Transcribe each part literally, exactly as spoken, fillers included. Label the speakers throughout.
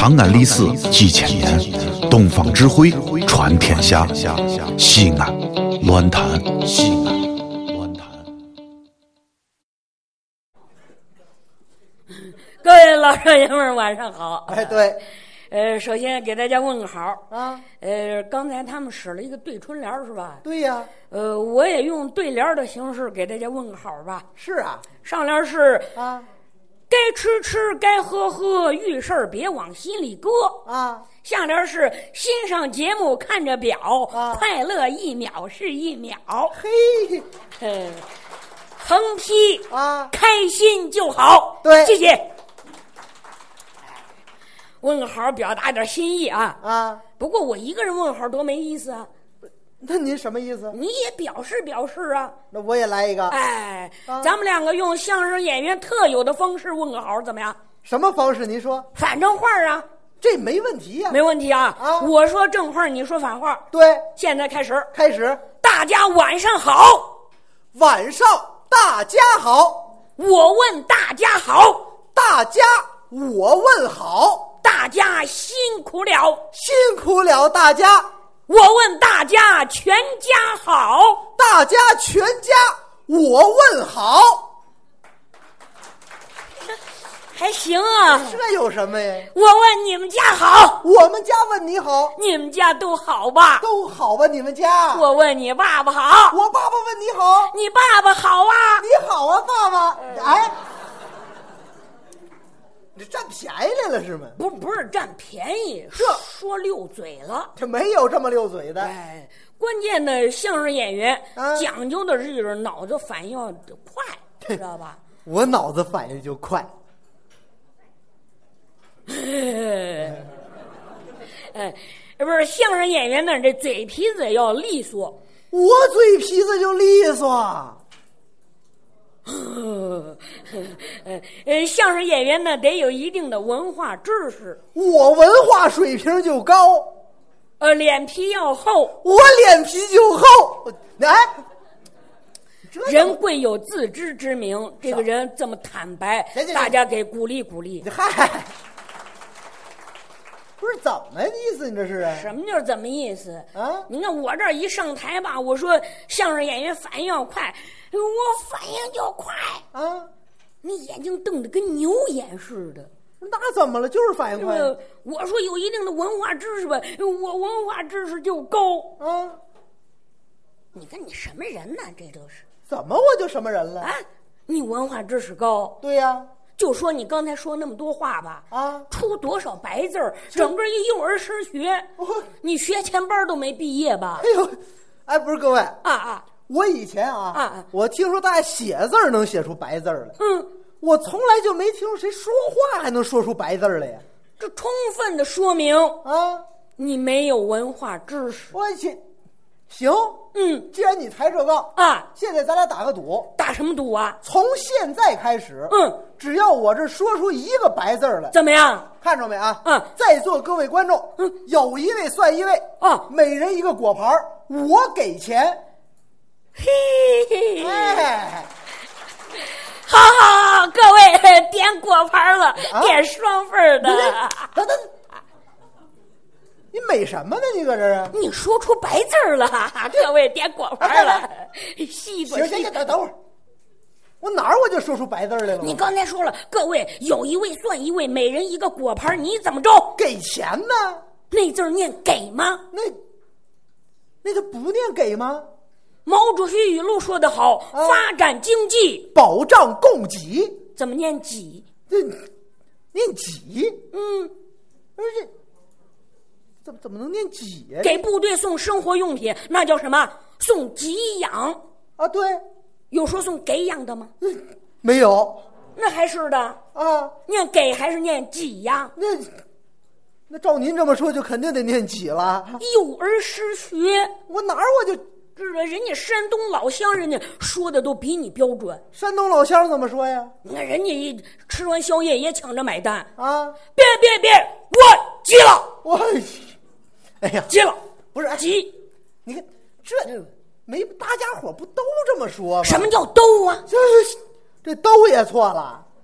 Speaker 1: 长安历史几千年，东方智慧传天下。西安乱谈西安乱谈。
Speaker 2: 各位老少爷们晚上好。
Speaker 3: 哎，对，
Speaker 2: 呃，首先给大家问个好
Speaker 3: 啊。
Speaker 2: 呃，刚才他们使了一个对春联是吧？
Speaker 3: 对呀、啊。
Speaker 2: 呃，我也用对联的形式给大家问个好吧。
Speaker 3: 是啊。
Speaker 2: 上联是
Speaker 3: 啊，
Speaker 2: 该吃吃，该喝喝，遇事儿别往心里搁
Speaker 3: 啊。
Speaker 2: 下联是欣赏节目看着表，
Speaker 3: 啊，
Speaker 2: 快乐一秒是一秒。
Speaker 3: 嘿，
Speaker 2: 呃，横批
Speaker 3: 啊，
Speaker 2: 开心就好。
Speaker 3: 对，
Speaker 2: 谢谢。问个好，表达点心意啊
Speaker 3: 啊！
Speaker 2: 不过我一个人问好多没意思啊。
Speaker 3: 那您什么意思？
Speaker 2: 你也表示表示啊。
Speaker 3: 那我也来一个。
Speaker 2: 哎，
Speaker 3: 啊、
Speaker 2: 咱们两个用相声演员特有的方式问个好，怎么样？
Speaker 3: 什么方式？您说？
Speaker 2: 反正话啊。
Speaker 3: 这没问题呀、啊，
Speaker 2: 没问题啊。
Speaker 3: 啊，
Speaker 2: 我说正话，你说反话。
Speaker 3: 对，
Speaker 2: 现在开始，
Speaker 3: 开始。
Speaker 2: 大家晚上好。
Speaker 3: 晚上大家好。
Speaker 2: 我问大家好。
Speaker 3: 大家我问好。
Speaker 2: 大家辛苦了。
Speaker 3: 辛苦了大家。
Speaker 2: 我问大家全家好。
Speaker 3: 大家全家我问好。
Speaker 2: 还行啊。
Speaker 3: 这有什么呀？
Speaker 2: 我问你们家好。
Speaker 3: 我们家问你好。
Speaker 2: 你们家都好吧？
Speaker 3: 都好吧，你们家。
Speaker 2: 我问你爸爸好。
Speaker 3: 我爸爸问你好。
Speaker 2: 你爸爸好啊。
Speaker 3: 你好啊，爸爸。哎，你占便宜来了是吗？
Speaker 2: 不不是占便宜，
Speaker 3: 这
Speaker 2: 说溜嘴了。
Speaker 3: 这没有这么溜嘴的。
Speaker 2: 哎，关键的相声演员、
Speaker 3: 啊、
Speaker 2: 讲究的是脑子反应要快，知道吧？
Speaker 3: 我脑子反应就快。
Speaker 2: 哎，不是相声演员呢，这嘴皮子要利索。
Speaker 3: 我嘴皮子就利索。
Speaker 2: 呃，相声演员呢得有一定的文化知识。
Speaker 3: 我文化水平就高。
Speaker 2: 呃，脸皮要厚。
Speaker 3: 我脸皮就厚。哎，
Speaker 2: 人贵有自知之明，这个人这么坦白，大家给鼓励鼓励。
Speaker 3: 嗨，不是怎么意思？你这是
Speaker 2: 什么叫怎么意思
Speaker 3: 啊？
Speaker 2: 你看我这一上台吧，我说相声演员反应要快，我反应就快
Speaker 3: 啊！
Speaker 2: 你眼睛瞪得跟牛眼似的。
Speaker 3: 那怎么了？就是反应快。
Speaker 2: 我说有一定的文化知识吧，我文化知识就高
Speaker 3: 啊。
Speaker 2: 你看你什么人呢？这都是
Speaker 3: 怎么我就什么人了
Speaker 2: 啊？你文化知识高。
Speaker 3: 对呀、啊。
Speaker 2: 就说你刚才说那么多话吧，
Speaker 3: 啊，
Speaker 2: 出多少白字儿，整个一幼儿失学，你学前班都没毕业吧？
Speaker 3: 哎呦，哎，不是各位
Speaker 2: 啊啊，
Speaker 3: 我以前啊
Speaker 2: 啊，
Speaker 3: 我听说大家写字儿能写出白字儿来，
Speaker 2: 嗯，
Speaker 3: 我从来就没听说谁说话还能说出白字儿来呀。
Speaker 2: 这充分的说明
Speaker 3: 啊，
Speaker 2: 你没有文化知识。
Speaker 3: 我去，行。
Speaker 2: 嗯，
Speaker 3: 既然你抬这杠
Speaker 2: 啊，
Speaker 3: 现在咱俩打个赌。
Speaker 2: 打什么赌啊？
Speaker 3: 从现在开始，
Speaker 2: 嗯，
Speaker 3: 只要我这说出一个白字来，
Speaker 2: 怎么样？
Speaker 3: 看着没啊？
Speaker 2: 嗯，
Speaker 3: 在座各位观众，
Speaker 2: 嗯，
Speaker 3: 有一位算一位
Speaker 2: 啊，
Speaker 3: 每人一个果盘，我给钱。
Speaker 2: 嘿嘿，
Speaker 3: 哎，
Speaker 2: 好好好，各位点果盘了，啊、点双份的。
Speaker 3: 等等。你美什么呢？你搁这儿啊？
Speaker 2: 你说出白字儿了，各位点果盘了，西瓜。
Speaker 3: 行行行，等等会儿，我哪儿我就说出白字来了？
Speaker 2: 你刚才说了，各位有一位算一位，每人一个果盘，你怎么着？
Speaker 3: 给钱呢？
Speaker 2: 那字念给吗？
Speaker 3: 那那他不念给吗？
Speaker 2: 毛主席语录说得好，啊、发展经济，
Speaker 3: 保障供给，
Speaker 2: 怎么念给？
Speaker 3: 这念给？
Speaker 2: 嗯，
Speaker 3: 而且。怎么怎么能念给呀、啊？
Speaker 2: 给部队送生活用品，那叫什么？送给养
Speaker 3: 啊？对，
Speaker 2: 有说送给养的吗？
Speaker 3: 嗯，没有。
Speaker 2: 那还是的
Speaker 3: 啊，
Speaker 2: 念给还是念给呀？
Speaker 3: 那那照您这么说，就肯定得念给了。
Speaker 2: 幼儿失学，
Speaker 3: 我哪儿我就
Speaker 2: 知道人家山东老乡，人家说的都比你标准。
Speaker 3: 山东老乡怎么说呀？
Speaker 2: 你看人家一吃完宵夜也抢着买单
Speaker 3: 啊！
Speaker 2: 别别别，我急了，
Speaker 3: 我。哎呀，
Speaker 2: 急了，
Speaker 3: 不是
Speaker 2: 急！
Speaker 3: 你看这没大家伙不都这么说吗？
Speaker 2: 什么叫都啊？
Speaker 3: 这这都也错了。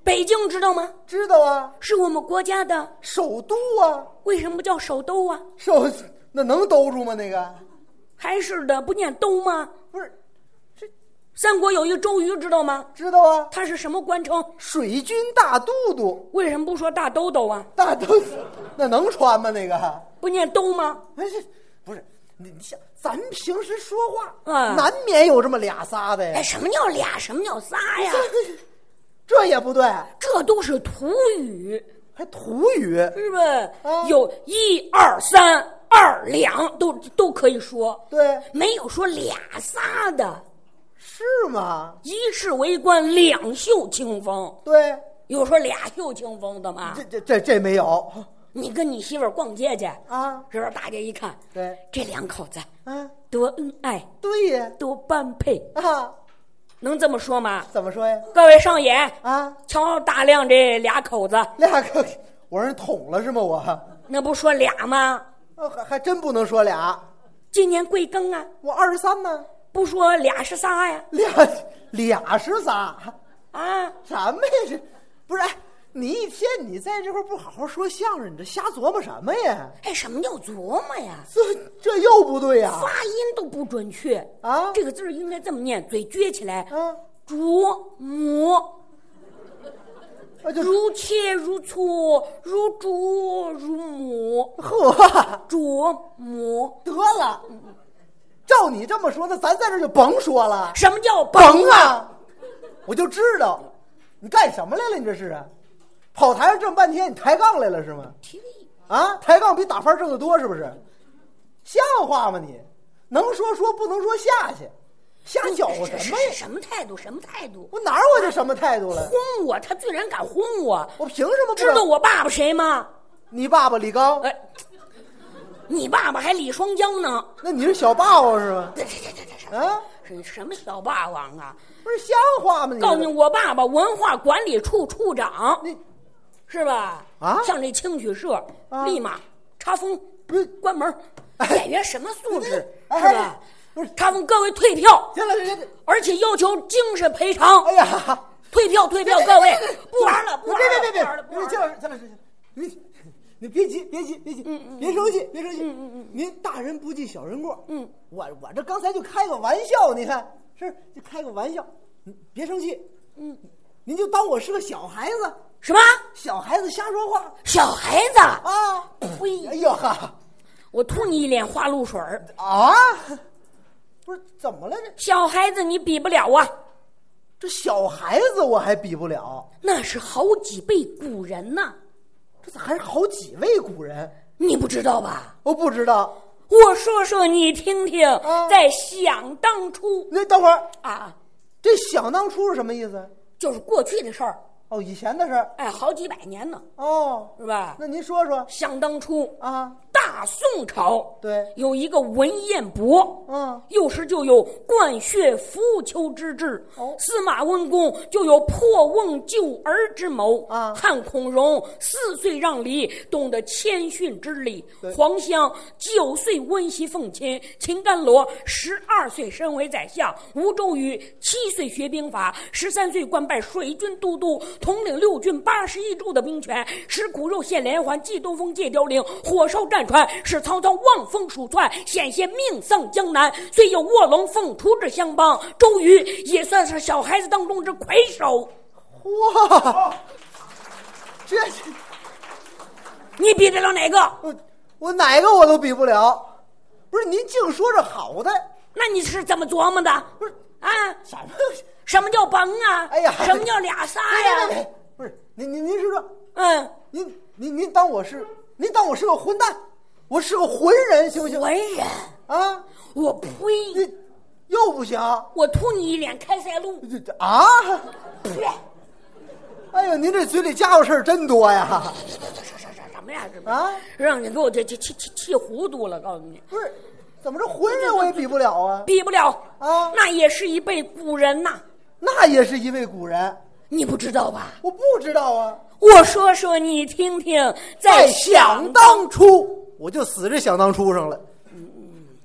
Speaker 2: 北京知道吗？
Speaker 3: 知道啊，
Speaker 2: 是我们国家的
Speaker 3: 首都啊。
Speaker 2: 为什么叫首都啊？
Speaker 3: 首那能兜住吗？那个
Speaker 2: 还是的，不念都吗？
Speaker 3: 不是，这
Speaker 2: 三国有一个周瑜，知道吗？
Speaker 3: 知道啊。
Speaker 2: 他是什么官称？
Speaker 3: 水军大都督。
Speaker 2: 为什么不说大都督啊？
Speaker 3: 大都那能穿吗？那个
Speaker 2: 不念都吗？
Speaker 3: 哎，这不是你像咱平时说话
Speaker 2: 啊，
Speaker 3: 难免有这么俩仨的呀。
Speaker 2: 哎，什么叫俩？什么叫仨呀？
Speaker 3: 这也不对，
Speaker 2: 这都是土语，
Speaker 3: 还土语
Speaker 2: 是吧？
Speaker 3: 啊、
Speaker 2: 有一二三二两都都可以说，
Speaker 3: 对，
Speaker 2: 没有说俩仨的，
Speaker 3: 是吗？
Speaker 2: 一世为官，两袖清风，
Speaker 3: 对，
Speaker 2: 有说俩袖清风的吗？
Speaker 3: 这这这这没有。
Speaker 2: 你跟你媳妇儿逛街去
Speaker 3: 啊，
Speaker 2: 是不是？大家一看，
Speaker 3: 对，
Speaker 2: 这两口子
Speaker 3: 啊，
Speaker 2: 多恩爱，
Speaker 3: 对呀，
Speaker 2: 多般配
Speaker 3: 啊，
Speaker 2: 能这么说吗？
Speaker 3: 怎么说呀？
Speaker 2: 各位上演
Speaker 3: 啊，
Speaker 2: 瞧大亮这俩口子，
Speaker 3: 俩口，我让人捅了是吗？我
Speaker 2: 那不说俩吗？
Speaker 3: 哦，还还真不能说俩。
Speaker 2: 今年贵庚啊？
Speaker 3: 我二十三呢。
Speaker 2: 不说俩是仨呀？
Speaker 3: 俩俩是仨
Speaker 2: 啊？
Speaker 3: 什么呀？这不是？你一天你在这块不好好说相声，你这瞎琢磨什么呀？
Speaker 2: 哎，什么叫琢磨呀？
Speaker 3: 这这又不对呀、啊，
Speaker 2: 发音都不准确
Speaker 3: 啊！
Speaker 2: 这个字应该这么念，嘴撅起来，
Speaker 3: 啊，
Speaker 2: 琢磨，
Speaker 3: 啊就
Speaker 2: 如切如磋，如琢如磨，
Speaker 3: 呵，
Speaker 2: 琢磨
Speaker 3: 得了。照你这么说，那咱在这就甭说了。
Speaker 2: 什么叫
Speaker 3: 甭啊？我就知道，你干什么来了？你这是啊？跑台上这么半天，你抬杠来了是吗？啊，抬杠比打翻挣得多是不是？像话吗你？能说说不能说下去，瞎搅和什么呀？
Speaker 2: 什么态度？什么态度？
Speaker 3: 我哪儿我就什么态度了？
Speaker 2: 轰我！他居然敢轰我！
Speaker 3: 我凭什么不
Speaker 2: 知道我爸爸谁吗？
Speaker 3: 你爸爸李刚。
Speaker 2: 哎，你爸爸还李双江呢。
Speaker 3: 那你是小霸王是吗？
Speaker 2: 这这这这这
Speaker 3: 啊！
Speaker 2: 是什么小霸王啊？
Speaker 3: 不是像话吗？你
Speaker 2: 告诉你，我爸爸文化管理处处长。
Speaker 3: 你。
Speaker 2: 是吧？
Speaker 3: 啊，
Speaker 2: 像这青曲社，
Speaker 3: 啊、
Speaker 2: 立马查封，
Speaker 3: 不是
Speaker 2: 关门。演员什么素质、
Speaker 3: 哎、
Speaker 2: 是吧？
Speaker 3: 不是
Speaker 2: 查封各位退票，
Speaker 3: 行了，行了，
Speaker 2: 而且要求精神赔偿。
Speaker 3: 哎呀，
Speaker 2: 退票退票，各位不玩了，不玩了，
Speaker 3: 别别别别，
Speaker 2: 不玩了，
Speaker 3: 行了行了行了，你你别急别急别急，
Speaker 2: 嗯嗯，
Speaker 3: 别生气别生气，
Speaker 2: 嗯嗯嗯，
Speaker 3: 您大人不计小人过，
Speaker 2: 嗯，
Speaker 3: 我我这刚才就开个玩笑，你看是就开个玩笑，别生气，
Speaker 2: 嗯，
Speaker 3: 您就当我是个小孩子。
Speaker 2: 什么？
Speaker 3: 小孩子瞎说话？
Speaker 2: 小孩子
Speaker 3: 啊！
Speaker 2: 呸！
Speaker 3: 哎呀哈！
Speaker 2: 我吐你一脸花露水
Speaker 3: 啊！不是怎么了这？
Speaker 2: 小孩子你比不了啊！
Speaker 3: 这小孩子我还比不了，
Speaker 2: 那是好几辈古人呐、啊！
Speaker 3: 这还是好几位古人？
Speaker 2: 你不知道吧？
Speaker 3: 我不知道。
Speaker 2: 我说说你听听，
Speaker 3: 啊、
Speaker 2: 在想当初。
Speaker 3: 那等会儿
Speaker 2: 啊，
Speaker 3: 这想当初是什么意思？
Speaker 2: 就是过去的事儿。
Speaker 3: 哦，以前的事儿，
Speaker 2: 哎，好几百年呢，
Speaker 3: 哦，
Speaker 2: 是吧？
Speaker 3: 那您说说，
Speaker 2: 想当初
Speaker 3: 啊，
Speaker 2: 大宋朝
Speaker 3: 对
Speaker 2: 有一个文彦博，
Speaker 3: 嗯，
Speaker 2: 幼时就有灌血扶丘之志，
Speaker 3: 哦，
Speaker 2: 司马温公就有破瓮救儿之谋，
Speaker 3: 啊，
Speaker 2: 汉孔融四岁让梨，懂得谦逊之礼，
Speaker 3: 黄
Speaker 2: 香九岁温习奉亲，秦甘罗十二岁身为宰相，吴周瑜七岁学兵法，十三岁官拜水军都督。统领六军八十一州的兵权，食苦肉献连环，祭东风借凋零，火烧战船，使曹操望风鼠窜，险些命丧江南。虽有卧龙凤雏之相帮，周瑜也算是小孩子当中之魁首。
Speaker 3: 哇，这
Speaker 2: 你比得了哪个？
Speaker 3: 我我哪个我都比不了。不是您净说这好的，
Speaker 2: 那你是怎么琢磨的？
Speaker 3: 不是
Speaker 2: 啊？
Speaker 3: 什么？
Speaker 2: 什么叫崩啊？
Speaker 3: 哎呀，
Speaker 2: 什么叫俩仨呀？
Speaker 3: 不是您您您是说，
Speaker 2: 嗯，
Speaker 3: 您您您当我是您当我是个混蛋，我是个浑人行不行？
Speaker 2: 浑人
Speaker 3: 啊！
Speaker 2: 我呸！
Speaker 3: 你又不行！
Speaker 2: 我吐你一脸开塞露！
Speaker 3: 啊！
Speaker 2: 呸！
Speaker 3: 哎呦，您这嘴里家伙事儿真多呀！
Speaker 2: 什么呀？这
Speaker 3: 啊！
Speaker 2: 让你给我这这气气气糊涂了！告诉你，
Speaker 3: 不是，怎么这浑人我也比不了啊？
Speaker 2: 比不了
Speaker 3: 啊！
Speaker 2: 那也是一辈古人呐。
Speaker 3: 那也是一位古人，
Speaker 2: 你不知道吧？
Speaker 3: 我不知道啊。
Speaker 2: 我说说你听听，在
Speaker 3: 想当初，我就死这想当初上了。
Speaker 2: 嗯嗯，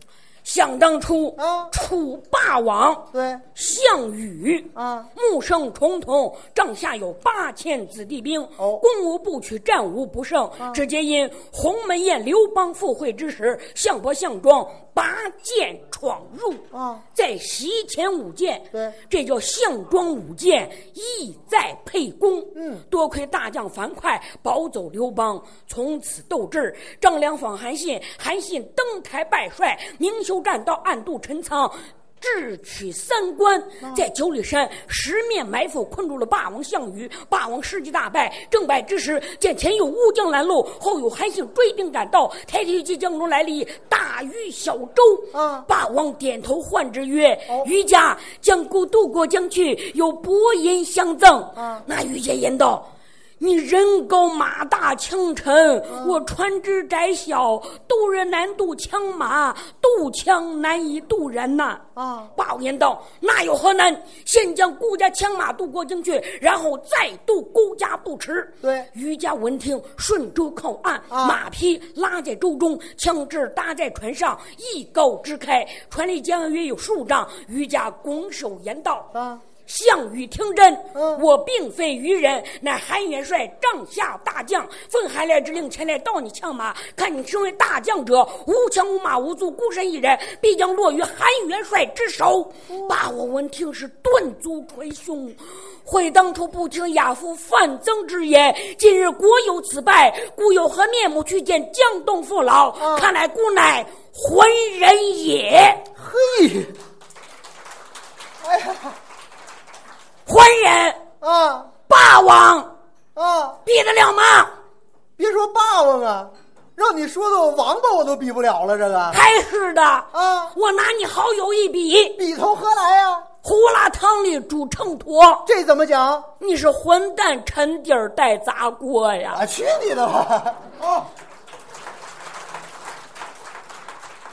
Speaker 2: 想当初
Speaker 3: 啊
Speaker 2: 楚霸王
Speaker 3: 对
Speaker 2: 项羽
Speaker 3: 啊，
Speaker 2: 木生重统，帐下有八千子弟兵，
Speaker 3: 哦
Speaker 2: 攻无不取，战无不胜。只皆因鸿门宴刘邦赴会之时，项伯项庄拔剑闯入
Speaker 3: 啊，
Speaker 2: 在席前舞剑，
Speaker 3: 对，
Speaker 2: 这叫项庄舞剑，意在沛公。
Speaker 3: 嗯，
Speaker 2: 多亏大将樊哙保走刘邦，从此斗志。张良访韩信，韩信登台拜帅，明修栈道，暗度陈仓。智取三关，在九里山十面埋伏，困住了霸王项羽。霸王士气大败，正败之时，见前有乌江拦路，后有韩信追兵赶到，太田骑江中来了一大鱼小舟。
Speaker 3: 啊，
Speaker 2: 霸王点头唤之曰：“
Speaker 3: 哦
Speaker 2: 渔家将孤渡过江去，有薄银相赠。”
Speaker 3: 啊，
Speaker 2: 那渔家言道：“你人高马大枪沉，啊、我船只窄小，渡人难渡枪马，渡枪难以渡人呐。”
Speaker 3: 啊，
Speaker 2: 霸王言道：“那有何难？先将孤家枪马渡过江去，然后再渡孤家不迟。”
Speaker 3: 对，
Speaker 2: 渔家闻听，顺舟靠岸，
Speaker 3: 啊、
Speaker 2: 马匹拉在舟中，枪支搭在船上，一高支开，船离江约有数丈。渔家拱手言道：“啊。”项羽听真，
Speaker 3: 嗯、
Speaker 2: 我并非愚人，乃韩元帅帐下大将，奉韩烈之令前来盗你枪马。看你身为大将者，无枪无马无足，孤身一人，必将落于韩元帅之手。嗯、霸王闻听是顿足捶胸，悔当初不听亚父范增之言，今日国有此败，故有何面目去见江东父老？嗯、看来孤乃浑人也。
Speaker 3: 嘿，哎呀！
Speaker 2: 浑人
Speaker 3: 啊，
Speaker 2: 霸王
Speaker 3: 啊，
Speaker 2: 比得了吗？
Speaker 3: 别说霸王啊，让你说的我王八我都比不了了。这个
Speaker 2: 还是的
Speaker 3: 啊，
Speaker 2: 我拿你好友一比，
Speaker 3: 比头何来呀、啊？
Speaker 2: 胡辣汤里煮秤砣，
Speaker 3: 这怎么讲？
Speaker 2: 你是混蛋沉底儿带砸锅呀！
Speaker 3: 啊，去你的吧！啊。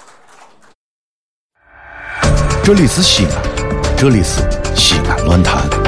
Speaker 1: 这里是西安，这里是西安论坛。